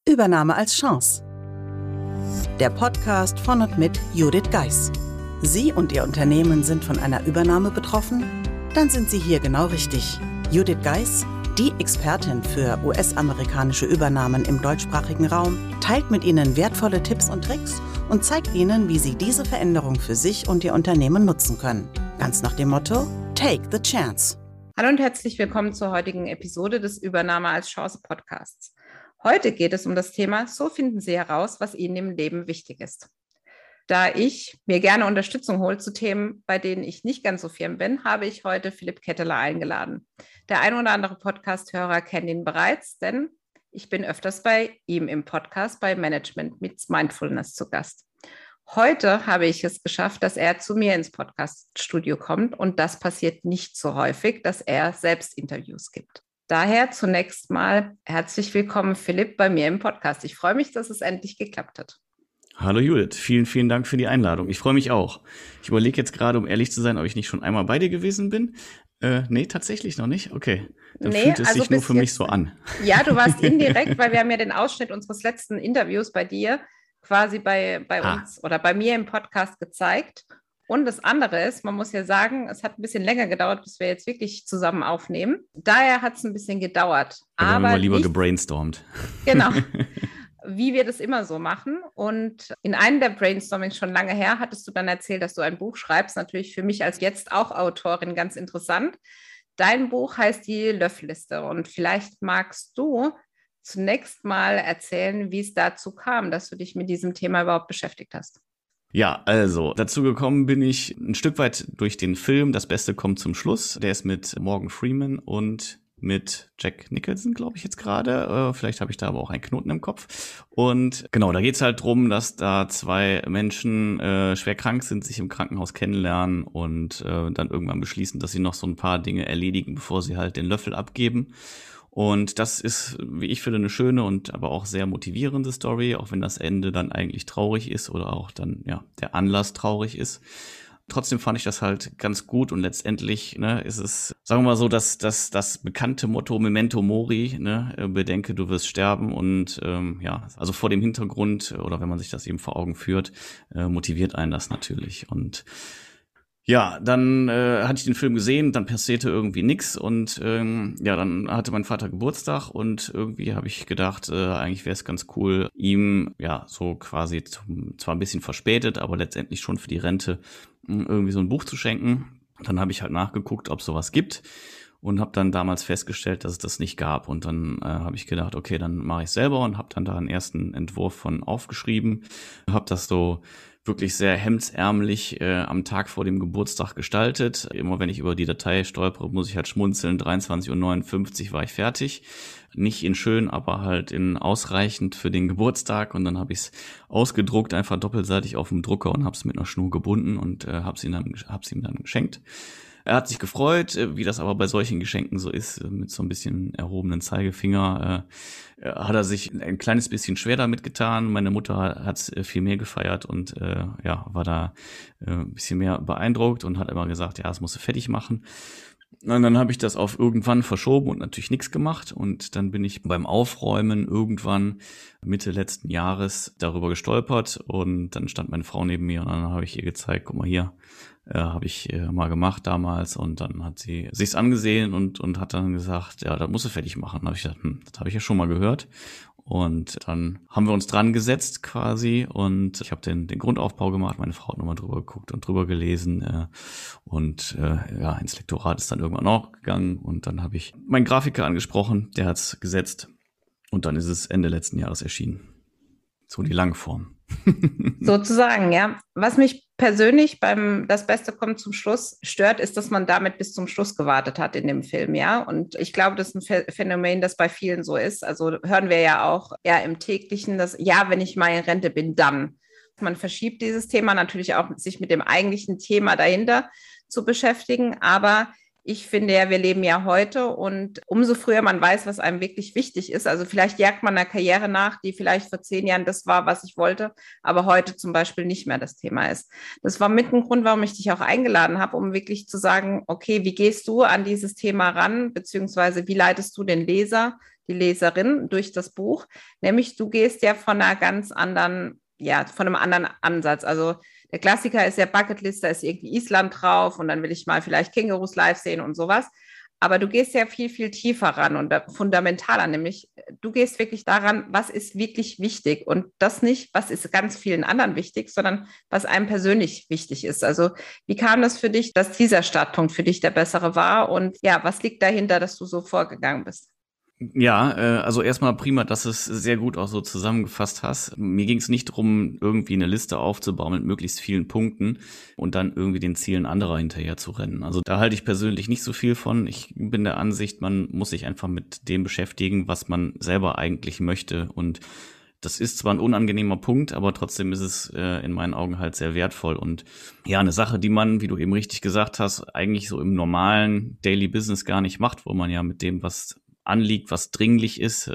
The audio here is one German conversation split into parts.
Übernahme als Chance. Der Podcast von und mit Judith Geis. Sie und Ihr Unternehmen sind von einer Übernahme betroffen? Dann sind Sie hier genau richtig. Judith Geis, die Expertin für US-amerikanische Übernahmen im deutschsprachigen Raum, teilt mit Ihnen wertvolle Tipps und Tricks und zeigt Ihnen, wie Sie diese Veränderung für sich und Ihr Unternehmen nutzen können. Ganz nach dem Motto: Take the chance. Hallo und herzlich willkommen zur heutigen Episode des Übernahme als Chance Podcasts. Heute geht es um das Thema: So finden Sie heraus, was Ihnen im Leben wichtig ist. Da ich mir gerne Unterstützung hole zu Themen, bei denen ich nicht ganz so firm bin, habe ich heute Philipp Ketteler eingeladen. Der ein oder andere Podcast-Hörer kennt ihn bereits, denn ich bin öfters bei ihm im Podcast bei Management meets Mindfulness zu Gast. Heute habe ich es geschafft, dass er zu mir ins Podcast-Studio kommt, und das passiert nicht so häufig, dass er selbst Interviews gibt. Daher zunächst mal herzlich willkommen, Philipp, bei mir im Podcast. Ich freue mich, dass es endlich geklappt hat. Hallo Judith, vielen Dank für die Einladung. Ich freue mich auch. Ich überlege jetzt gerade, um ehrlich zu sein, ob ich nicht schon einmal bei dir gewesen bin. Nee, tatsächlich noch nicht. Okay, dann fühlt es sich nur für mich so an. Ja, du warst indirekt, weil wir haben ja den Ausschnitt unseres letzten Interviews bei dir quasi bei uns oder bei mir im Podcast gezeigt. Und das andere ist, man muss ja sagen, es hat ein bisschen länger gedauert, bis wir jetzt wirklich zusammen aufnehmen. Daher hat es ein bisschen gedauert. Wir haben mal lieber gebrainstormt. Genau, wie wir das immer so machen. Und in einem der Brainstormings schon lange her hattest du dann erzählt, dass du ein Buch schreibst. Natürlich für mich als jetzt auch Autorin ganz interessant. Dein Buch heißt Die Löffelliste. Und vielleicht magst du zunächst mal erzählen, wie es dazu kam, dass du dich mit diesem Thema überhaupt beschäftigt hast. Ja, also dazu gekommen bin ich ein Stück weit durch den Film Das Beste kommt zum Schluss. Der ist mit Morgan Freeman und mit Jack Nicholson, glaube ich jetzt gerade. Vielleicht habe ich da aber auch einen Knoten im Kopf. Und genau, da geht's halt drum, dass da zwei Menschen schwer krank sind, sich im Krankenhaus kennenlernen und dann irgendwann beschließen, dass sie noch so ein paar Dinge erledigen, bevor sie halt den Löffel abgeben. Und das ist, wie ich finde, eine schöne und aber auch sehr motivierende Story, auch wenn das Ende dann eigentlich traurig ist oder auch dann ja der Anlass traurig ist. Trotzdem fand ich das halt ganz gut, und letztendlich ist es, sagen wir mal so, das bekannte Motto Memento Mori, bedenke, du wirst sterben, und also vor dem Hintergrund oder wenn man sich das eben vor Augen führt, motiviert einen das natürlich. Und ja, dann hatte ich den Film gesehen, dann passierte irgendwie nix, und dann hatte mein Vater Geburtstag, und irgendwie habe ich gedacht, eigentlich wäre es ganz cool, ihm so quasi zwar ein bisschen verspätet, aber letztendlich schon für die Rente irgendwie so ein Buch zu schenken. Dann habe ich halt nachgeguckt, ob es sowas gibt, und habe dann damals festgestellt, dass es das nicht gab. Und dann habe ich gedacht, okay, dann mache ich selber, und habe dann da einen ersten Entwurf von aufgeschrieben, habe das so wirklich sehr hemdsärmlich am Tag vor dem Geburtstag gestaltet. Immer wenn ich über die Datei stolpere, muss ich halt schmunzeln. 23:59 Uhr war ich fertig. Nicht in schön, aber halt in ausreichend für den Geburtstag. Und dann habe ich es ausgedruckt, einfach doppelseitig auf dem Drucker, und habe es mit einer Schnur gebunden und hab's ihm dann geschenkt. Er hat sich gefreut, wie das aber bei solchen Geschenken so ist, mit so ein bisschen erhobenen Zeigefinger, hat er sich ein kleines bisschen schwer damit getan. Meine Mutter hat viel mehr gefeiert und war da ein bisschen mehr beeindruckt und hat immer gesagt, ja, das musst du fertig machen. Und dann habe ich das auf irgendwann verschoben und natürlich nichts gemacht, und dann bin ich beim Aufräumen irgendwann Mitte letzten Jahres darüber gestolpert, und dann stand meine Frau neben mir, und dann habe ich ihr gezeigt, guck mal hier, habe ich mal gemacht damals, und dann hat sie sich's angesehen und hat dann gesagt, ja, das musst du fertig machen. Dann habe ich gesagt, das habe ich ja schon mal gehört. Und dann haben wir uns dran gesetzt quasi, und ich habe den Grundaufbau gemacht. Meine Frau hat nochmal drüber geguckt und drüber gelesen, ins Lektorat ist dann irgendwann auch gegangen, und dann habe ich meinen Grafiker angesprochen, der hat's gesetzt, und dann ist es Ende letzten Jahres erschienen. So die Langform. Sozusagen, ja. Was mich persönlich beim Das Beste kommt zum Schluss stört, ist, dass man damit bis zum Schluss gewartet hat in dem Film, ja. Und ich glaube, das ist ein Phänomen, das bei vielen so ist. Also hören wir ja auch im Täglichen, dass, ja, wenn ich mal in Rente bin, dann. Man verschiebt dieses Thema natürlich auch, sich mit dem eigentlichen Thema dahinter zu beschäftigen, aber ich finde ja, wir leben ja heute, und umso früher man weiß, was einem wirklich wichtig ist. Also vielleicht jagt man einer Karriere nach, die vielleicht vor 10 Jahren das war, was ich wollte, aber heute zum Beispiel nicht mehr das Thema ist. Das war mit ein Grund, warum ich dich auch eingeladen habe, um wirklich zu sagen, okay, wie gehst du an dieses Thema ran, beziehungsweise wie leitest du den Leser die Leserin durch das Buch, nämlich du gehst ja von einer ganz anderen, von einem anderen Ansatz. Also der Klassiker ist ja Bucketlist, da ist irgendwie Island drauf und dann will ich mal vielleicht Kängurus live sehen und sowas. Aber du gehst ja viel, viel tiefer ran und fundamentaler, nämlich du gehst wirklich daran, was ist wirklich wichtig und das nicht, was ist ganz vielen anderen wichtig, sondern was einem persönlich wichtig ist. Also wie kam das für dich, dass dieser Startpunkt für dich der bessere war und ja, was liegt dahinter, dass du so vorgegangen bist? Ja, also erstmal prima, dass du es sehr gut auch so zusammengefasst hast. Mir ging es nicht darum, irgendwie eine Liste aufzubauen mit möglichst vielen Punkten und dann irgendwie den Zielen anderer hinterher zu rennen. Also da halte ich persönlich nicht so viel von. Ich bin der Ansicht, man muss sich einfach mit dem beschäftigen, was man selber eigentlich möchte. Und das ist zwar ein unangenehmer Punkt, aber trotzdem ist es in meinen Augen halt sehr wertvoll. Und ja, eine Sache, die man, wie du eben richtig gesagt hast, eigentlich so im normalen Daily Business gar nicht macht, wo man ja mit dem, was anliegt, was dringlich ist,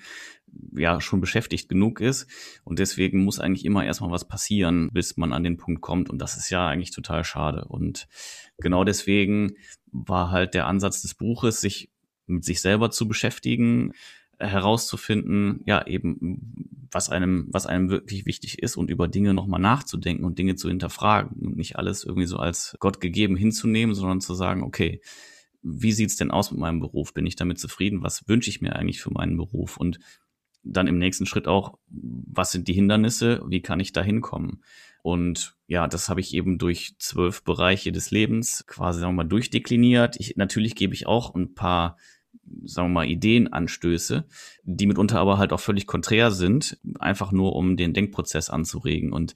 schon beschäftigt genug ist. Und deswegen muss eigentlich immer erstmal was passieren, bis man an den Punkt kommt. Und das ist ja eigentlich total schade. Und genau deswegen war halt der Ansatz des Buches, sich mit sich selber zu beschäftigen, herauszufinden, ja, eben, was einem wirklich wichtig ist und über Dinge nochmal nachzudenken und Dinge zu hinterfragen und nicht alles irgendwie so als Gott gegeben hinzunehmen, sondern zu sagen, okay, wie sieht's denn aus mit meinem Beruf? Bin ich damit zufrieden? Was wünsche ich mir eigentlich für meinen Beruf? Und dann im nächsten Schritt auch, was sind die Hindernisse? Wie kann ich da hinkommen? Und ja, das habe ich eben durch 12 Bereiche des Lebens quasi, sagen wir mal, durchdekliniert. Natürlich gebe ich auch ein paar, sagen wir mal, Ideenanstöße, die mitunter aber halt auch völlig konträr sind, einfach nur um den Denkprozess anzuregen. Und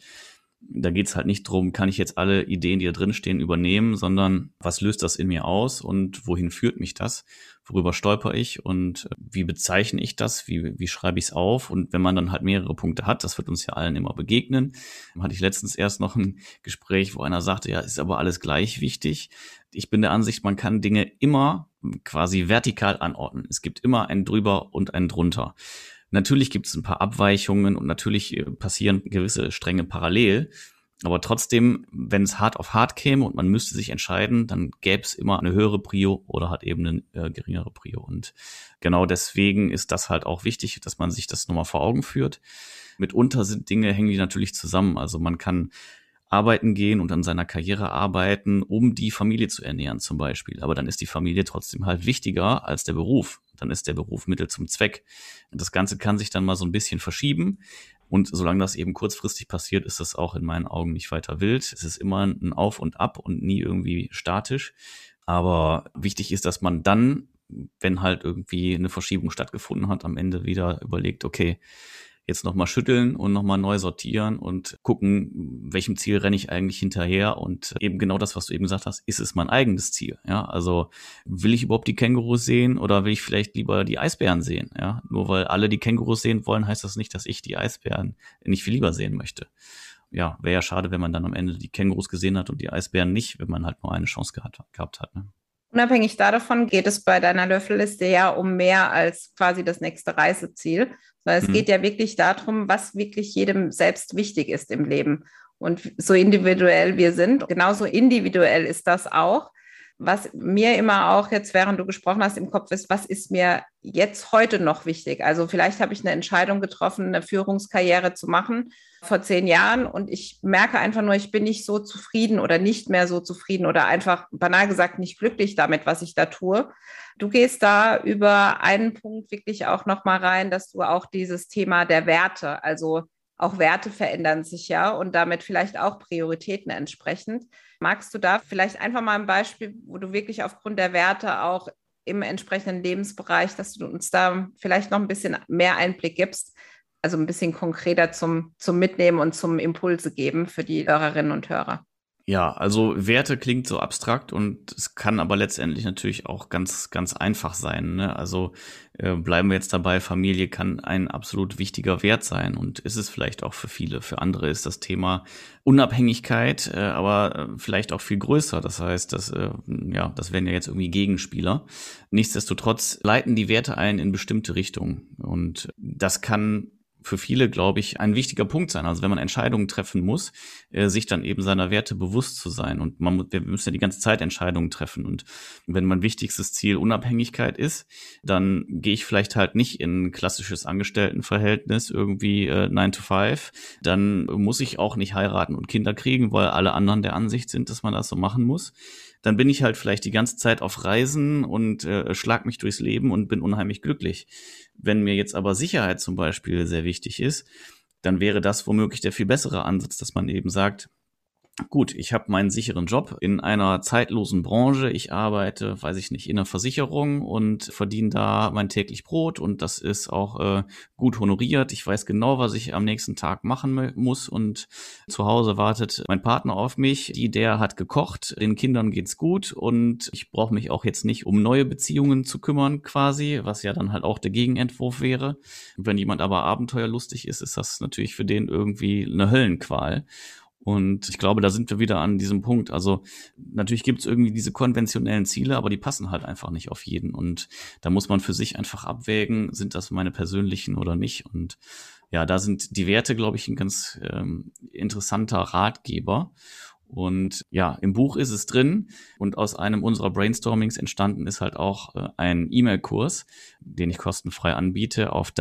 da geht's halt nicht drum, kann ich jetzt alle Ideen, die da drin stehen, übernehmen, sondern was löst das in mir aus und wohin führt mich das? Worüber stolper ich und wie bezeichne ich das? Wie schreibe ich es auf? Und wenn man dann halt mehrere Punkte hat, das wird uns ja allen immer begegnen. Hatte ich letztens erst noch ein Gespräch, wo einer sagte, ja, ist aber alles gleich wichtig. Ich bin der Ansicht, man kann Dinge immer quasi vertikal anordnen. Es gibt immer ein drüber und ein drunter. Natürlich gibt es ein paar Abweichungen und natürlich passieren gewisse Stränge parallel. Aber trotzdem, wenn es hart auf hart käme und man müsste sich entscheiden, dann gäbe es immer eine höhere Prio oder halt eben eine geringere Prio. Und genau deswegen ist das halt auch wichtig, dass man sich das nochmal vor Augen führt. Mitunter sind Dinge, hängen die natürlich zusammen. Also man kann arbeiten gehen und an seiner Karriere arbeiten, um die Familie zu ernähren zum Beispiel. Aber dann ist die Familie trotzdem halt wichtiger als der Beruf. Dann ist der Beruf Mittel zum Zweck. Das Ganze kann sich dann mal so ein bisschen verschieben. Und solange das eben kurzfristig passiert, ist das auch in meinen Augen nicht weiter wild. Es ist immer ein Auf und Ab und nie irgendwie statisch. Aber wichtig ist, dass man dann, wenn halt irgendwie eine Verschiebung stattgefunden hat, am Ende wieder überlegt, okay, jetzt nochmal schütteln und nochmal neu sortieren und gucken, welchem Ziel renne ich eigentlich hinterher und eben genau das, was du eben gesagt hast, ist es mein eigenes Ziel, ja, also will ich überhaupt die Kängurus sehen oder will ich vielleicht lieber die Eisbären sehen, ja, nur weil alle die Kängurus sehen wollen, heißt das nicht, dass ich die Eisbären nicht viel lieber sehen möchte. Ja, wäre ja schade, wenn man dann am Ende die Kängurus gesehen hat und die Eisbären nicht, wenn man halt nur eine Chance gehabt hat, ne? Unabhängig davon geht es bei deiner Löffelliste ja um mehr als quasi das nächste Reiseziel, sondern es geht ja wirklich darum, was wirklich jedem selbst wichtig ist im Leben. Und so individuell wir sind, genauso individuell ist das auch. Was mir immer auch jetzt, während du gesprochen hast, im Kopf ist, was ist mir jetzt heute noch wichtig? Also vielleicht habe ich eine Entscheidung getroffen, eine Führungskarriere zu machen vor 10 Jahren und ich merke einfach nur, ich bin nicht so zufrieden oder nicht mehr so zufrieden oder einfach banal gesagt nicht glücklich damit, was ich da tue. Du gehst da über einen Punkt wirklich auch nochmal rein, dass du auch dieses Thema der Werte, also auch Werte verändern sich ja und damit vielleicht auch Prioritäten entsprechend. Magst du da vielleicht einfach mal ein Beispiel, wo du wirklich aufgrund der Werte auch im entsprechenden Lebensbereich, dass du uns da vielleicht noch ein bisschen mehr Einblick gibst, also ein bisschen konkreter zum Mitnehmen und zum Impulse geben für die Hörerinnen und Hörer? Ja, also Werte klingt so abstrakt und es kann aber letztendlich natürlich auch ganz, ganz einfach sein, ne? Also bleiben wir jetzt dabei, Familie kann ein absolut wichtiger Wert sein und ist es vielleicht auch für viele. Für andere ist das Thema Unabhängigkeit, aber vielleicht auch viel größer. Das heißt, das wären ja jetzt irgendwie Gegenspieler. Nichtsdestotrotz leiten die Werte ein in bestimmte Richtungen und das kann für viele, glaube ich, ein wichtiger Punkt sein. Also wenn man Entscheidungen treffen muss, sich dann eben seiner Werte bewusst zu sein. Und wir müssen ja die ganze Zeit Entscheidungen treffen. Und wenn mein wichtigstes Ziel Unabhängigkeit ist, dann gehe ich vielleicht halt nicht in ein klassisches Angestelltenverhältnis, irgendwie 9 to 5. Dann muss ich auch nicht heiraten und Kinder kriegen, weil alle anderen der Ansicht sind, dass man das so machen muss. Dann bin ich halt vielleicht die ganze Zeit auf Reisen und schlag mich durchs Leben und bin unheimlich glücklich. Wenn mir jetzt aber Sicherheit zum Beispiel sehr wichtig ist, dann wäre das womöglich der viel bessere Ansatz, dass man eben sagt, gut, ich habe meinen sicheren Job in einer zeitlosen Branche. Ich arbeite, weiß ich nicht, in einer Versicherung und verdiene da mein täglich Brot und das ist auch gut honoriert. Ich weiß genau, was ich am nächsten Tag machen muss und zu Hause wartet mein Partner auf mich. Der hat gekocht, den Kindern geht's gut und ich brauche mich auch jetzt nicht um neue Beziehungen zu kümmern quasi, was ja dann halt auch der Gegenentwurf wäre. Wenn jemand aber abenteuerlustig ist, ist das natürlich für den irgendwie eine Höllenqual. Und ich glaube, da sind wir wieder an diesem Punkt. Also natürlich gibt es irgendwie diese konventionellen Ziele, aber die passen halt einfach nicht auf jeden. Und da muss man für sich einfach abwägen, sind das meine persönlichen oder nicht. Und ja, da sind die Werte, glaube ich, ein ganz interessanter Ratgeber. Und ja, im Buch ist es drin und aus einem unserer Brainstormings entstanden ist halt auch ein E-Mail-Kurs, den ich kostenfrei anbiete auf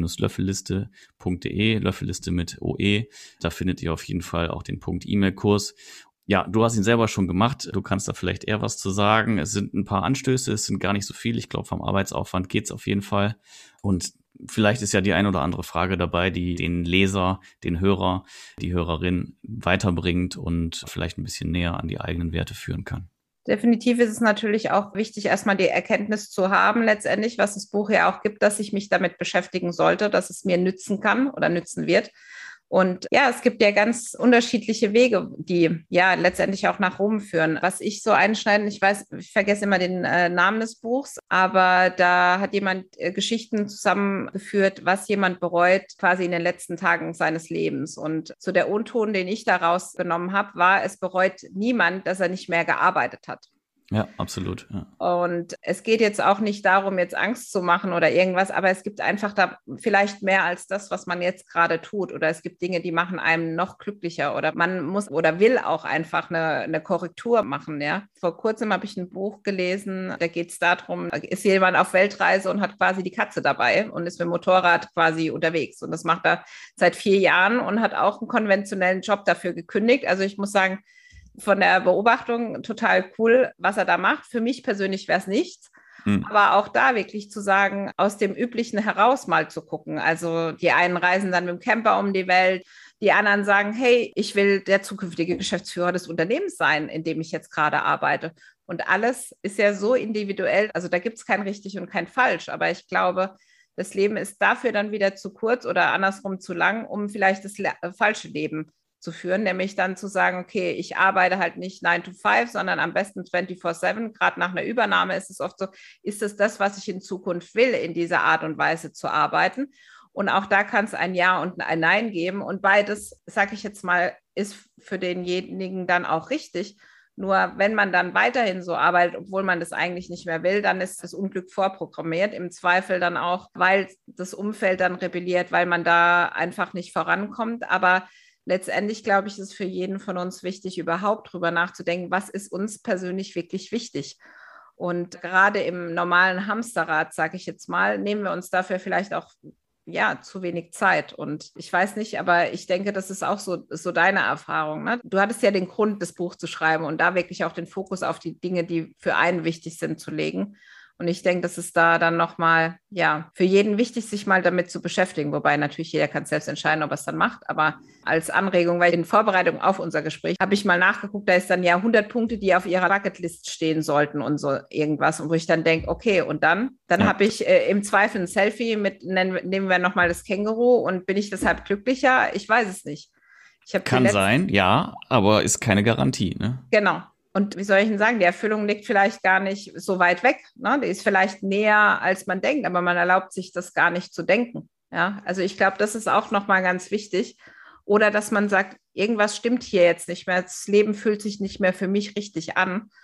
deine-löffelliste.de, Löffelliste mit OE. Da findet ihr auf jeden Fall auch den Punkt E-Mail-Kurs. Ja, du hast ihn selber schon gemacht. Du kannst da vielleicht eher was zu sagen. Es sind ein paar Anstöße, es sind gar nicht so viel. Ich glaube, vom Arbeitsaufwand geht's auf jeden Fall. Und vielleicht ist ja die ein oder andere Frage dabei, die den Leser, den Hörer, die Hörerin weiterbringt und vielleicht ein bisschen näher an die eigenen Werte führen kann. Definitiv ist es natürlich auch wichtig, erstmal die Erkenntnis zu haben, letztendlich, was das Buch ja auch gibt, dass ich mich damit beschäftigen sollte, dass es mir nützen kann oder nützen wird. Und ja, es gibt ja ganz unterschiedliche Wege, die ja letztendlich auch nach Rom führen. Was ich so einschneiden, ich vergesse immer den Namen des Buchs, aber da hat jemand Geschichten zusammengeführt, was jemand bereut quasi in den letzten Tagen seines Lebens. Und so der O-Ton, den ich daraus genommen habe, war, es bereut niemand, dass er nicht mehr gearbeitet hat. Ja, absolut. Ja. Und es geht jetzt auch nicht darum, jetzt Angst zu machen oder irgendwas, aber es gibt einfach da vielleicht mehr als das, was man jetzt gerade tut. Oder es gibt Dinge, die machen einem noch glücklicher oder man muss oder will auch einfach eine Korrektur machen. Ja. Vor kurzem habe ich ein Buch gelesen, da geht es darum, ist jemand auf Weltreise und hat quasi die Katze dabei und ist mit dem Motorrad quasi unterwegs. Und das macht er seit 4 Jahren und hat auch einen konventionellen Job dafür gekündigt. Also ich muss sagen, von der Beobachtung total cool, was er da macht. Für mich persönlich wäre es nichts. Aber auch da wirklich zu sagen, aus dem Üblichen heraus mal zu gucken. Also die einen reisen dann mit dem Camper um die Welt, die anderen sagen, hey, ich will der zukünftige Geschäftsführer des Unternehmens sein, in dem ich jetzt gerade arbeite. Und alles ist ja so individuell. Also da gibt es kein richtig und kein falsch. Aber ich glaube, das Leben ist dafür dann wieder zu kurz oder andersrum zu lang, um vielleicht das falsche Leben zu führen, nämlich dann zu sagen, okay, ich arbeite halt nicht 9 to 5, sondern am besten 24/7. Gerade nach einer Übernahme ist es oft so, ist es das, was ich in Zukunft will, in dieser Art und Weise zu arbeiten? Und auch da kann es ein Ja und ein Nein geben. Und beides, sage ich jetzt mal, ist für denjenigen dann auch richtig. Nur wenn man dann weiterhin so arbeitet, obwohl man das eigentlich nicht mehr will, dann ist das Unglück vorprogrammiert. Im Zweifel dann auch, weil das Umfeld dann rebelliert, weil man da einfach nicht vorankommt. Aber letztendlich, glaube ich, ist es für jeden von uns wichtig, überhaupt drüber nachzudenken, was ist uns persönlich wirklich wichtig. Und gerade im normalen Hamsterrad, sage ich jetzt mal, nehmen wir uns dafür vielleicht auch zu wenig Zeit. Und ich weiß nicht, aber ich denke, das ist auch so deine Erfahrung. Ne? Du hattest ja den Grund, das Buch zu schreiben und da wirklich auch den Fokus auf die Dinge, die für einen wichtig sind, zu legen. Und ich denke, das ist da dann nochmal, für jeden wichtig, sich mal damit zu beschäftigen. Wobei natürlich jeder kann selbst entscheiden, ob er es dann macht. Aber als Anregung, weil in Vorbereitung auf unser Gespräch habe ich mal nachgeguckt, da ist dann 100 Punkte, die auf ihrer Bucketlist stehen sollten und so irgendwas. Und wo ich dann denke, okay, und dann habe ich im Zweifel ein Selfie nehmen wir nochmal das Känguru und bin ich deshalb glücklicher? Ich weiß es nicht. Kann sein, ja, aber ist keine Garantie, ne? Genau. Und wie soll ich denn sagen, die Erfüllung liegt vielleicht gar nicht so weit weg. Ne? Die ist vielleicht näher, als man denkt, aber man erlaubt sich das gar nicht zu denken. Ja? Also ich glaube, das ist auch nochmal ganz wichtig. Oder dass man sagt, irgendwas stimmt hier jetzt nicht mehr. Das Leben fühlt sich nicht mehr für mich richtig an.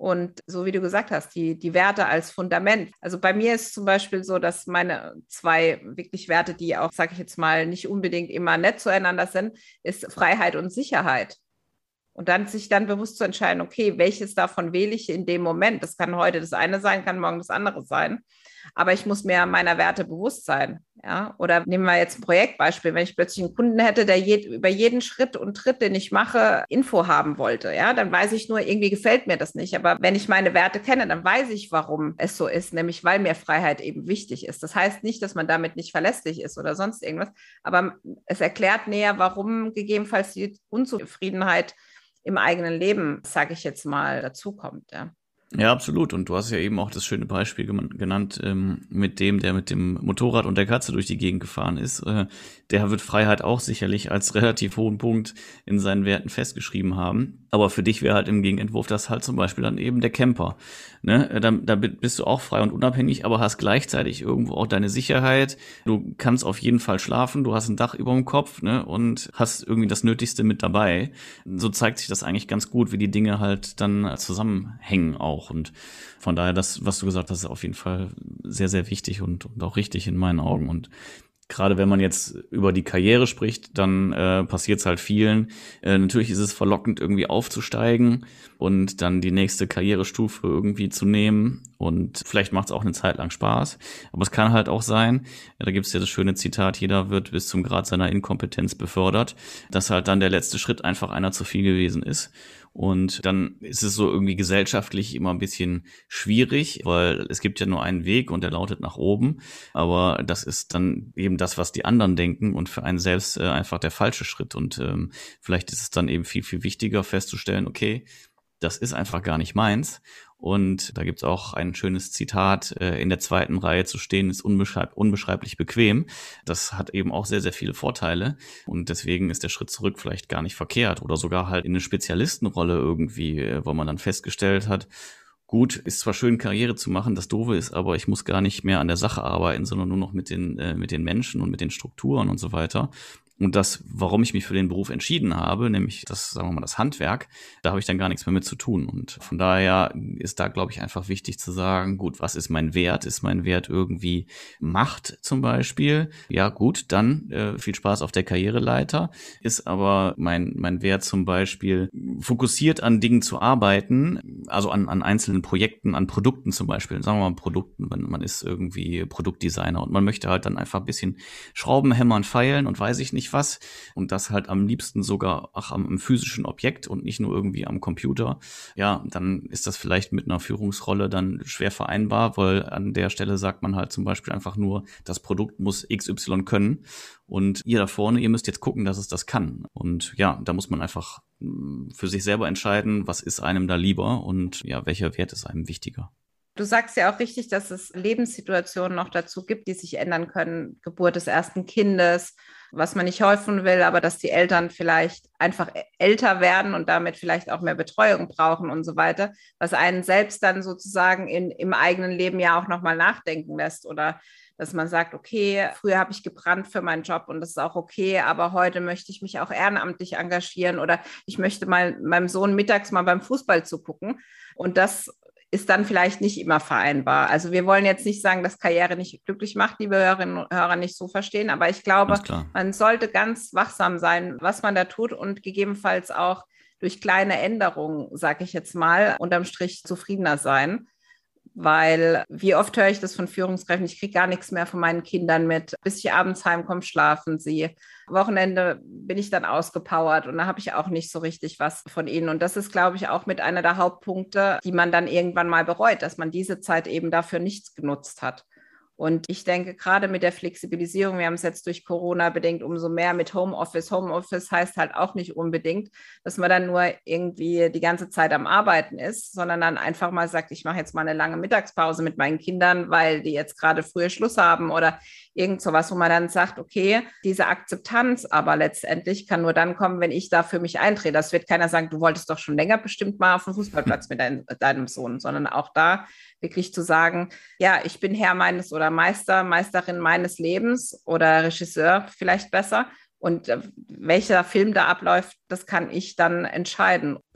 Und so wie du gesagt hast, die Werte als Fundament. Also bei mir ist zum Beispiel so, dass meine 2 wirklich Werte, die auch, sage ich jetzt mal, nicht unbedingt immer nett zueinander sind, ist Freiheit und Sicherheit. Und dann sich dann bewusst zu entscheiden, okay, welches davon wähle ich in dem Moment? Das kann heute das eine sein, kann morgen das andere sein. Aber ich muss mir meiner Werte bewusst sein. Ja? Oder nehmen wir jetzt ein Projektbeispiel. Wenn ich plötzlich einen Kunden hätte, der über jeden Schritt und Tritt, den ich mache, Info haben wollte, ja, dann weiß ich nur, irgendwie gefällt mir das nicht. Aber wenn ich meine Werte kenne, dann weiß ich, warum es so ist, nämlich weil mir Freiheit eben wichtig ist. Das heißt nicht, dass man damit nicht verlässlich ist oder sonst irgendwas, aber es erklärt näher, warum gegebenenfalls die Unzufriedenheit im eigenen Leben, sage ich jetzt mal, dazukommt. Ja. Ja, absolut. Und du hast ja eben auch das schöne Beispiel genannt, mit dem, der mit dem Motorrad und der Katze durch die Gegend gefahren ist. Der wird Freiheit auch sicherlich als relativ hohen Punkt in seinen Werten festgeschrieben haben. Aber für dich wäre halt im Gegenentwurf das halt zum Beispiel dann eben der Camper. Ne? Da bist du auch frei und unabhängig, aber hast gleichzeitig irgendwo auch deine Sicherheit. Du kannst auf jeden Fall schlafen, du hast ein Dach über dem Kopf, ne? Und hast irgendwie das Nötigste mit dabei. So zeigt sich das eigentlich ganz gut, wie die Dinge halt dann zusammenhängen auch. Und von daher, das, was du gesagt hast, ist auf jeden Fall sehr, sehr wichtig und auch richtig in meinen Augen. Und gerade wenn man jetzt über die Karriere spricht, dann passiert es halt vielen. Natürlich ist es verlockend, irgendwie aufzusteigen und dann die nächste Karrierestufe irgendwie zu nehmen. Und vielleicht macht es auch eine Zeit lang Spaß. Aber es kann halt auch sein, da gibt es ja das schöne Zitat, jeder wird bis zum Grad seiner Inkompetenz befördert, dass halt dann der letzte Schritt einfach einer zu viel gewesen ist. Und dann ist es so irgendwie gesellschaftlich immer ein bisschen schwierig, weil es gibt ja nur einen Weg und der lautet nach oben. Aber das ist dann eben das, was die anderen denken und für einen selbst einfach der falsche Schritt. Und vielleicht ist es dann eben viel, viel wichtiger festzustellen, okay, das ist einfach gar nicht meins. Und da gibt's auch ein schönes Zitat, in der zweiten Reihe zu stehen ist unbeschreiblich bequem. Das hat eben auch sehr, sehr viele Vorteile. Und deswegen ist der Schritt zurück vielleicht gar nicht verkehrt oder sogar halt in eine Spezialistenrolle irgendwie, wo man dann festgestellt hat, gut, ist zwar schön, Karriere zu machen, das Doofe ist, aber ich muss gar nicht mehr an der Sache arbeiten, sondern nur noch mit den Menschen und mit den Strukturen und so weiter. Und das, warum ich mich für den Beruf entschieden habe, nämlich das, sagen wir mal, das Handwerk, da habe ich dann gar nichts mehr mit zu tun. Und von daher ist da, glaube ich, einfach wichtig zu sagen, gut, was ist mein Wert? Ist mein Wert irgendwie Macht zum Beispiel? Ja, gut, dann viel Spaß auf der Karriereleiter. Ist aber mein Wert zum Beispiel, fokussiert an Dingen zu arbeiten, also an einzelnen Projekten, an Produkten zum Beispiel, sagen wir mal Produkten, wenn man ist irgendwie Produktdesigner und man möchte halt dann einfach ein bisschen Schrauben, hämmern, feilen und weiß ich nicht was und das halt am liebsten sogar auch am physischen Objekt und nicht nur irgendwie am Computer, ja, dann ist das vielleicht mit einer Führungsrolle dann schwer vereinbar, weil an der Stelle sagt man halt zum Beispiel einfach nur, das Produkt muss XY können und ihr da vorne, ihr müsst jetzt gucken, dass es das kann. Und ja, da muss man einfach für sich selber entscheiden, was ist einem da lieber und ja, welcher Wert ist einem wichtiger. Du sagst ja auch richtig, dass es Lebenssituationen noch dazu gibt, die sich ändern können. Geburt des ersten Kindes, was man nicht hoffen will, aber dass die Eltern vielleicht einfach älter werden und damit vielleicht auch mehr Betreuung brauchen und so weiter, was einen selbst dann sozusagen im eigenen Leben ja auch nochmal nachdenken lässt oder dass man sagt, okay, früher habe ich gebrannt für meinen Job und das ist auch okay, aber heute möchte ich mich auch ehrenamtlich engagieren oder ich möchte mal meinem Sohn mittags mal beim Fußball zugucken und das ist dann vielleicht nicht immer vereinbar. Also wir wollen jetzt nicht sagen, dass Karriere nicht glücklich macht, liebe Hörerinnen und Hörer, nicht so verstehen, aber ich glaube, man sollte ganz wachsam sein, was man da tut und gegebenenfalls auch durch kleine Änderungen, sage ich jetzt mal, unterm Strich zufriedener sein. Weil wie oft höre ich das von Führungskräften, ich kriege gar nichts mehr von meinen Kindern mit, bis ich abends heimkomme, schlafen sie. Wochenende bin ich dann ausgepowert und da habe ich auch nicht so richtig was von ihnen. Und das ist, glaube ich, auch mit einer der Hauptpunkte, die man dann irgendwann mal bereut, dass man diese Zeit eben dafür nichts genutzt hat. Und ich denke, gerade mit der Flexibilisierung, wir haben es jetzt durch Corona bedingt umso mehr mit Homeoffice. Homeoffice heißt halt auch nicht unbedingt, dass man dann nur irgendwie die ganze Zeit am Arbeiten ist, sondern dann einfach mal sagt, ich mache jetzt mal eine lange Mittagspause mit meinen Kindern, weil die jetzt gerade früher Schluss haben oder irgend sowas, wo man dann sagt, okay, diese Akzeptanz aber letztendlich kann nur dann kommen, wenn ich da für mich eintrete. Das wird keiner sagen, du wolltest doch schon länger bestimmt mal auf dem Fußballplatz mit deinem Sohn, sondern auch da wirklich zu sagen, ja, ich bin Herr meines oder Meisterin meines Lebens oder Regisseur vielleicht besser. Und welcher Film da abläuft, das kann ich dann entscheiden.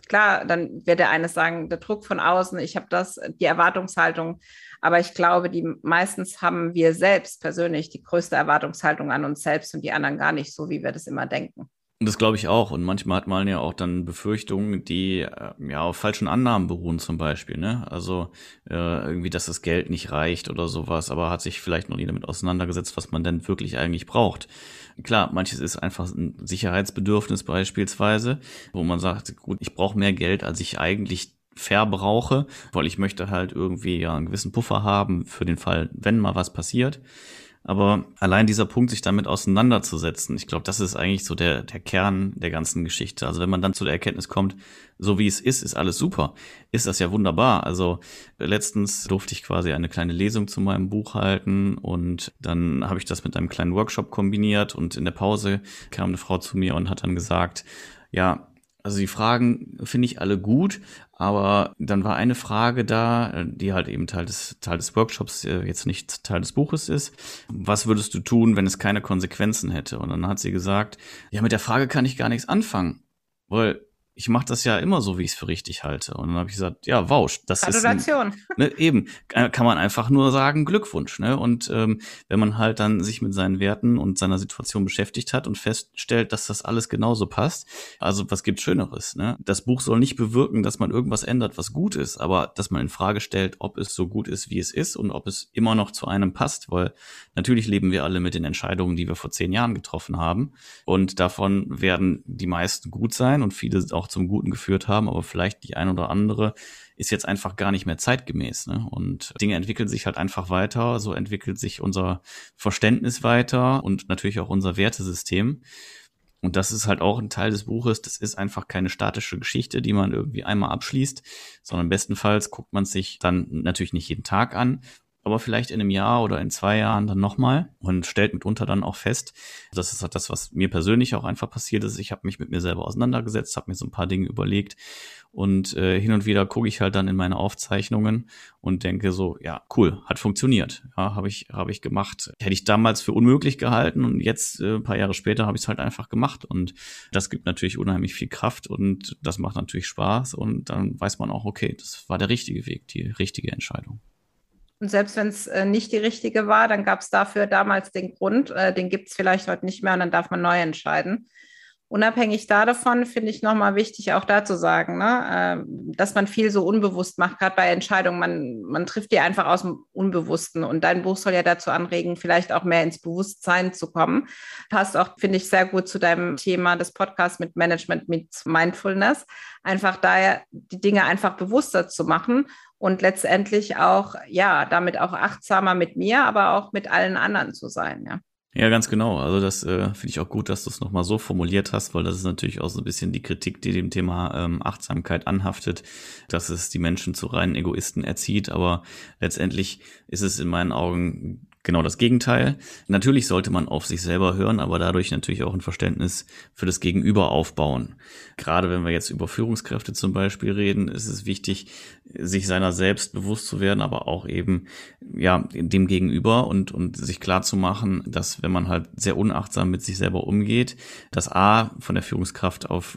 Klar, dann wird der eine sagen, der Druck von außen, ich habe die Erwartungshaltung. Aber ich glaube, meistens haben wir selbst persönlich die größte Erwartungshaltung an uns selbst und die anderen gar nicht so, wie wir das immer denken. Und das glaube ich auch. Und manchmal hat man ja auch dann Befürchtungen, die auf falschen Annahmen beruhen zum Beispiel. Ne? Also irgendwie, dass das Geld nicht reicht oder sowas, aber hat sich vielleicht noch nie damit auseinandergesetzt, was man denn wirklich eigentlich braucht. Klar, manches ist einfach ein Sicherheitsbedürfnis beispielsweise, wo man sagt, gut, ich brauche mehr Geld, als ich eigentlich verbrauche, weil ich möchte halt irgendwie einen gewissen Puffer haben für den Fall, wenn mal was passiert. Aber allein dieser Punkt, sich damit auseinanderzusetzen, ich glaube, das ist eigentlich so der Kern der ganzen Geschichte. Also wenn man dann zu der Erkenntnis kommt, so wie es ist alles super, ist das ja wunderbar. Also letztens durfte ich quasi eine kleine Lesung zu meinem Buch halten und dann habe ich das mit einem kleinen Workshop kombiniert und in der Pause kam eine Frau zu mir und hat dann gesagt, ja, also die Fragen finde ich alle gut, aber dann war eine Frage da, die halt eben Teil des Workshops, jetzt nicht Teil des Buches ist. Was würdest du tun, wenn es keine Konsequenzen hätte? Und dann hat sie gesagt, ja, mit der Frage kann ich gar nichts anfangen, weil ich mache das ja immer so, wie ich es für richtig halte. Und dann habe ich gesagt, ja, Wausch, das Gratulation. Eben, kann man einfach nur sagen, Glückwunsch. Ne? Und wenn man halt dann sich mit seinen Werten und seiner Situation beschäftigt hat und feststellt, dass das alles genauso passt, also was gibt's Schöneres? Ne? Das Buch soll nicht bewirken, dass man irgendwas ändert, was gut ist, aber dass man in Frage stellt, ob es so gut ist, wie es ist und ob es immer noch zu einem passt, weil natürlich leben wir alle mit den Entscheidungen, die wir vor 10 Jahren getroffen haben und davon werden die meisten gut sein und viele auch zum Guten geführt haben, aber vielleicht die ein oder andere ist jetzt einfach gar nicht mehr zeitgemäß. Ne? Und Dinge entwickeln sich halt einfach weiter, so entwickelt sich unser Verständnis weiter und natürlich auch unser Wertesystem. Und das ist halt auch ein Teil des Buches, das ist einfach keine statische Geschichte, die man irgendwie einmal abschließt, sondern bestenfalls guckt man es sich dann natürlich nicht jeden Tag an, aber vielleicht in einem Jahr oder in 2 Jahren dann nochmal und stellt mitunter dann auch fest, das ist halt das, was mir persönlich auch einfach passiert ist. Ich habe mich mit mir selber auseinandergesetzt, habe mir so ein paar Dinge überlegt und hin und wieder gucke ich halt dann in meine Aufzeichnungen und denke so, ja, cool, hat funktioniert. Ja, habe ich gemacht. Hätte ich damals für unmöglich gehalten und jetzt, ein paar Jahre später, habe ich es halt einfach gemacht und das gibt natürlich unheimlich viel Kraft und das macht natürlich Spaß und dann weiß man auch, okay, das war der richtige Weg, die richtige Entscheidung. Und selbst wenn es nicht die richtige war, dann gab es dafür damals den Grund, den gibt es vielleicht heute nicht mehr und dann darf man neu entscheiden. Unabhängig davon finde ich nochmal wichtig, auch da zu sagen, ne, dass man viel so unbewusst macht, gerade bei Entscheidungen. Man trifft die einfach aus dem Unbewussten. Und dein Buch soll ja dazu anregen, vielleicht auch mehr ins Bewusstsein zu kommen. Passt auch, finde ich, sehr gut zu deinem Thema des Podcasts mit Management, mit Mindfulness. Einfach daher die Dinge einfach bewusster zu machen und letztendlich auch, ja, damit auch achtsamer mit mir, aber auch mit allen anderen zu sein, ja. Ja, ganz genau. Also das finde ich auch gut, dass du es nochmal so formuliert hast, weil das ist natürlich auch so ein bisschen die Kritik, die dem Thema Achtsamkeit anhaftet, dass es die Menschen zu reinen Egoisten erzieht. Aber letztendlich ist es in meinen Augen genau das Gegenteil. Natürlich sollte man auf sich selber hören, aber dadurch natürlich auch ein Verständnis für das Gegenüber aufbauen. Gerade wenn wir jetzt über Führungskräfte zum Beispiel reden, ist es wichtig, sich seiner selbst bewusst zu werden, aber auch eben ja dem Gegenüber und sich klar zu machen, dass wenn man halt sehr unachtsam mit sich selber umgeht, dass A von der Führungskraft auf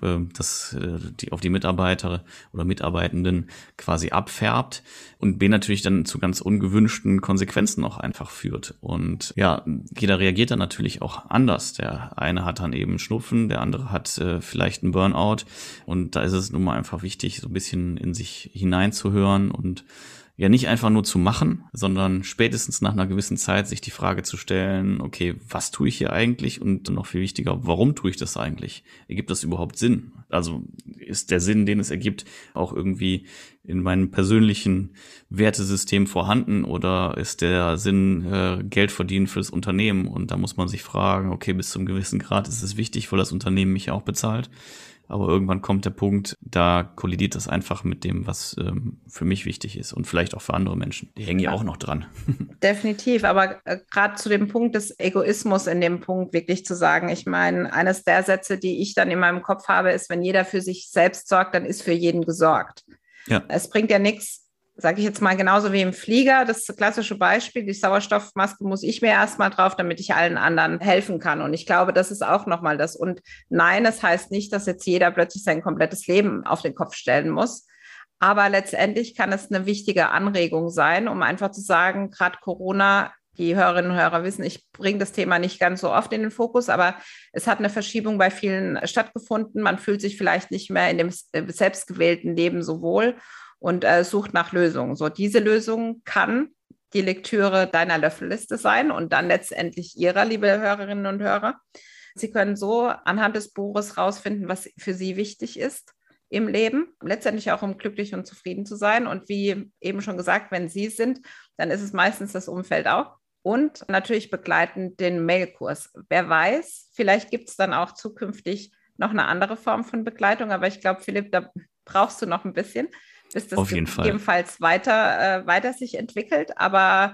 die Mitarbeiter oder Mitarbeitenden quasi abfärbt und B natürlich dann zu ganz ungewünschten Konsequenzen auch einfach führt. Und ja, jeder reagiert dann natürlich auch anders. Der eine hat dann eben Schnupfen, der andere hat vielleicht einen Burnout und da ist es nun mal einfach wichtig, so ein bisschen in sich hineinzuhören und ja nicht einfach nur zu machen, sondern spätestens nach einer gewissen Zeit sich die Frage zu stellen, okay, was tue ich hier eigentlich und noch viel wichtiger, warum tue ich das eigentlich? Ergibt das überhaupt Sinn? Also ist der Sinn, den es ergibt, auch irgendwie in meinem persönlichen Wertesystem vorhanden oder ist der Sinn Geld verdienen fürs Unternehmen? Und da muss man sich fragen, okay, bis zu einem gewissen Grad ist es wichtig, weil das Unternehmen mich auch bezahlt. Aber irgendwann kommt der Punkt, da kollidiert das einfach mit dem, was für mich wichtig ist und vielleicht auch für andere Menschen. Die hängen ja auch noch dran. Definitiv, aber gerade zu dem Punkt des Egoismus in dem Punkt wirklich zu sagen, ich meine, eines der Sätze, die ich dann in meinem Kopf habe, ist, wenn jeder für sich selbst sorgt, dann ist für jeden gesorgt. Ja. Es bringt ja nichts, sage ich jetzt mal, genauso wie im Flieger, das klassische Beispiel, die Sauerstoffmaske muss ich mir erstmal drauf, damit ich allen anderen helfen kann. Und ich glaube, das ist auch nochmal das. Und nein, das heißt nicht, dass jetzt jeder plötzlich sein komplettes Leben auf den Kopf stellen muss. Aber letztendlich kann es eine wichtige Anregung sein, um einfach zu sagen, gerade Corona, die Hörerinnen und Hörer wissen, ich bringe das Thema nicht ganz so oft in den Fokus, aber es hat eine Verschiebung bei vielen stattgefunden. Man fühlt sich vielleicht nicht mehr in dem selbstgewählten Leben so wohl und sucht nach Lösungen. So, diese Lösung kann die Lektüre deiner Löffelliste sein und dann letztendlich ihrer, liebe Hörerinnen und Hörer. Sie können so anhand des Buches rausfinden, was für Sie wichtig ist im Leben, letztendlich auch, um glücklich und zufrieden zu sein. Und wie eben schon gesagt, wenn Sie es sind, dann ist es meistens das Umfeld auch. Und natürlich begleitend den Mailkurs. Wer weiß, vielleicht gibt es dann auch zukünftig noch eine andere Form von Begleitung. Aber ich glaube, Philipp, da brauchst du noch ein bisschen, bis das gegebenenfalls weiter sich entwickelt. Aber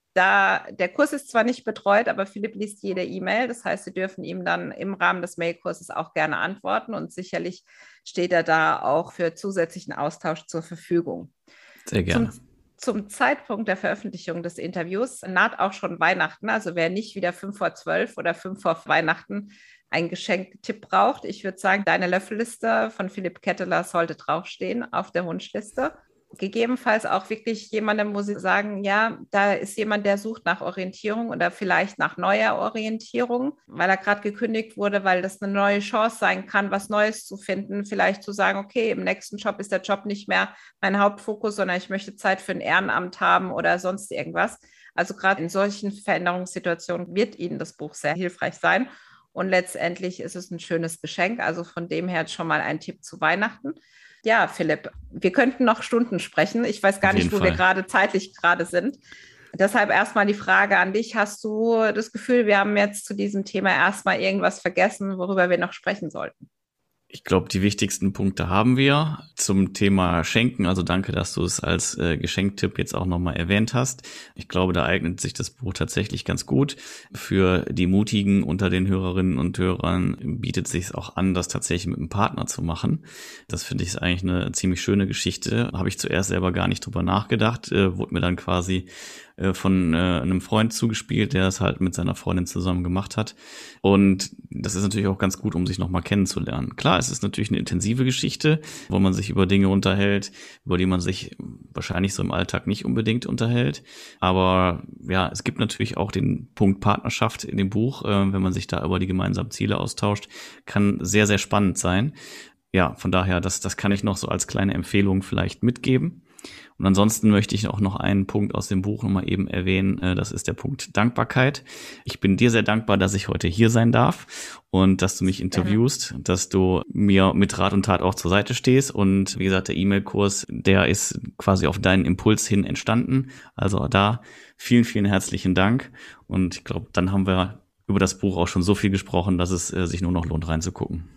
der Kurs ist zwar nicht betreut, aber Philipp liest jede E-Mail. Das heißt, Sie dürfen ihm dann im Rahmen des Mailkurses auch gerne antworten. Und sicherlich steht er da auch für zusätzlichen Austausch zur Verfügung. Sehr gerne. Zum Zeitpunkt der Veröffentlichung des Interviews naht auch schon Weihnachten. Also wer nicht wieder 5 vor 12 oder 5 vor Weihnachten einen Geschenktipp braucht, ich würde sagen, deine Löffelliste von Philipp Ketteler sollte draufstehen auf der Wunschliste. Gegebenenfalls auch wirklich jemandem, wo Sie sagen, ja, da ist jemand, der sucht nach Orientierung oder vielleicht nach neuer Orientierung, weil er gerade gekündigt wurde, weil das eine neue Chance sein kann, was Neues zu finden, vielleicht zu sagen, okay, im nächsten Job ist der Job nicht mehr mein Hauptfokus, sondern ich möchte Zeit für ein Ehrenamt haben oder sonst irgendwas. Also gerade in solchen Veränderungssituationen wird Ihnen das Buch sehr hilfreich sein. Und letztendlich ist es ein schönes Geschenk. Also von dem her schon mal ein Tipp zu Weihnachten. Ja, Philipp, wir könnten noch Stunden sprechen. Ich weiß gar nicht, wo wir gerade zeitlich sind. Deshalb erstmal die Frage an dich. Hast du das Gefühl, wir haben jetzt zu diesem Thema erstmal irgendwas vergessen, worüber wir noch sprechen sollten? Ich glaube, die wichtigsten Punkte haben wir zum Thema Schenken. Also danke, dass du es als Geschenktipp jetzt auch nochmal erwähnt hast. Ich glaube, da eignet sich das Buch tatsächlich ganz gut. Für die Mutigen unter den Hörerinnen und Hörern bietet sich es auch an, das tatsächlich mit einem Partner zu machen. Das finde ich eigentlich eine ziemlich schöne Geschichte. Habe ich zuerst selber gar nicht drüber nachgedacht. Wurde mir dann quasi von einem Freund zugespielt, der es halt mit seiner Freundin zusammen gemacht hat. Und das ist natürlich auch ganz gut, um sich nochmal kennenzulernen. Klar, es ist natürlich eine intensive Geschichte, wo man sich über Dinge unterhält, über die man sich wahrscheinlich so im Alltag nicht unbedingt unterhält. Aber ja, es gibt natürlich auch den Punkt Partnerschaft in dem Buch, wenn man sich da über die gemeinsamen Ziele austauscht, kann sehr, sehr spannend sein. Ja, von daher, das kann ich noch so als kleine Empfehlung vielleicht mitgeben. Und ansonsten möchte ich auch noch einen Punkt aus dem Buch nochmal eben erwähnen. Das ist der Punkt Dankbarkeit. Ich bin dir sehr dankbar, dass ich heute hier sein darf und dass du mich interviewst, dass du mir mit Rat und Tat auch zur Seite stehst. Und wie gesagt, der E-Mail-Kurs, der ist quasi auf deinen Impuls hin entstanden. Also da vielen, vielen herzlichen Dank. Und ich glaube, dann haben wir über das Buch auch schon so viel gesprochen, dass es sich nur noch lohnt, reinzugucken.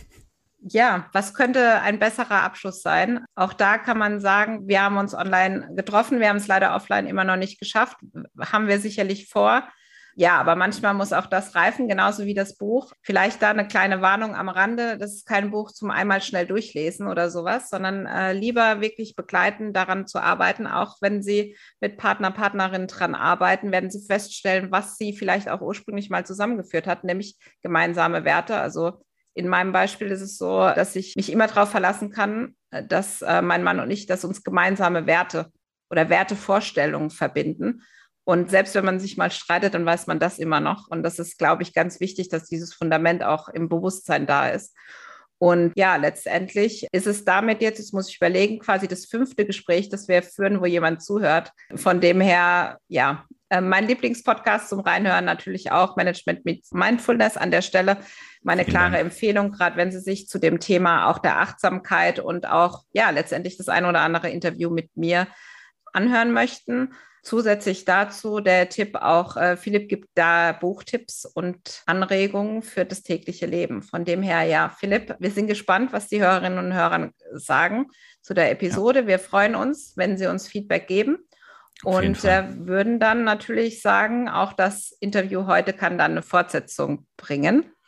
Ja, was könnte ein besserer Abschluss sein? Auch da kann man sagen, wir haben uns online getroffen, wir haben es leider offline immer noch nicht geschafft, haben wir sicherlich vor. Ja, aber manchmal muss auch das reifen, genauso wie das Buch. Vielleicht da eine kleine Warnung am Rande, das ist kein Buch zum einmal schnell durchlesen oder sowas, sondern lieber wirklich begleiten, daran zu arbeiten. Auch wenn Sie mit Partner, Partnerin dran arbeiten, werden Sie feststellen, was Sie vielleicht auch ursprünglich mal zusammengeführt hat, nämlich gemeinsame Werte. Also in meinem Beispiel ist es so, dass ich mich immer darauf verlassen kann, dass mein Mann und ich, dass uns gemeinsame Werte oder Wertevorstellungen verbinden. Und selbst wenn man sich mal streitet, dann weiß man das immer noch. Und das ist, glaube ich, ganz wichtig, dass dieses Fundament auch im Bewusstsein da ist. Und ja, letztendlich ist es damit jetzt muss ich überlegen, quasi das 5. Gespräch, das wir führen, wo jemand zuhört. Von dem her, ja, mein Lieblingspodcast zum Reinhören natürlich auch Management mit Mindfulness an der Stelle. Meine klare Empfehlung, gerade wenn Sie sich zu dem Thema auch der Achtsamkeit und auch ja letztendlich das ein oder andere Interview mit mir anhören möchten. Zusätzlich dazu der Tipp auch, Philipp gibt da Buchtipps und Anregungen für das tägliche Leben. Von dem her, ja, Philipp, wir sind gespannt, was die Hörerinnen und Hörer sagen zu der Episode. Ja. Wir freuen uns, wenn Sie uns Feedback geben. Und würden dann natürlich sagen, auch das Interview heute kann dann eine Fortsetzung bringen.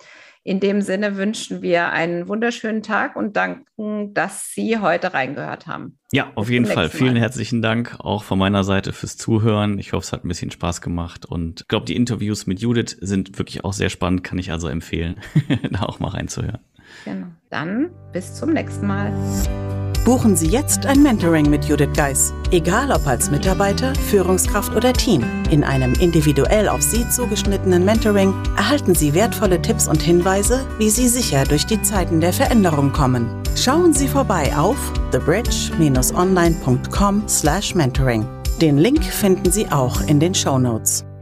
In dem Sinne wünschen wir einen wunderschönen Tag und danken, dass Sie heute reingehört haben. Ja, auf jeden Fall. Vielen herzlichen Dank auch von meiner Seite fürs Zuhören. Ich hoffe, es hat ein bisschen Spaß gemacht und ich glaube, die Interviews mit Judith sind wirklich auch sehr spannend, kann ich also empfehlen, da auch mal reinzuhören. Genau. Dann bis zum nächsten Mal. Buchen Sie jetzt ein Mentoring mit Judith Geis. Egal ob als Mitarbeiter, Führungskraft oder Team. In einem individuell auf Sie zugeschnittenen Mentoring erhalten Sie wertvolle Tipps und Hinweise, wie Sie sicher durch die Zeiten der Veränderung kommen. Schauen Sie vorbei auf thebridge-online.com/mentoring. Den Link finden Sie auch in den Shownotes.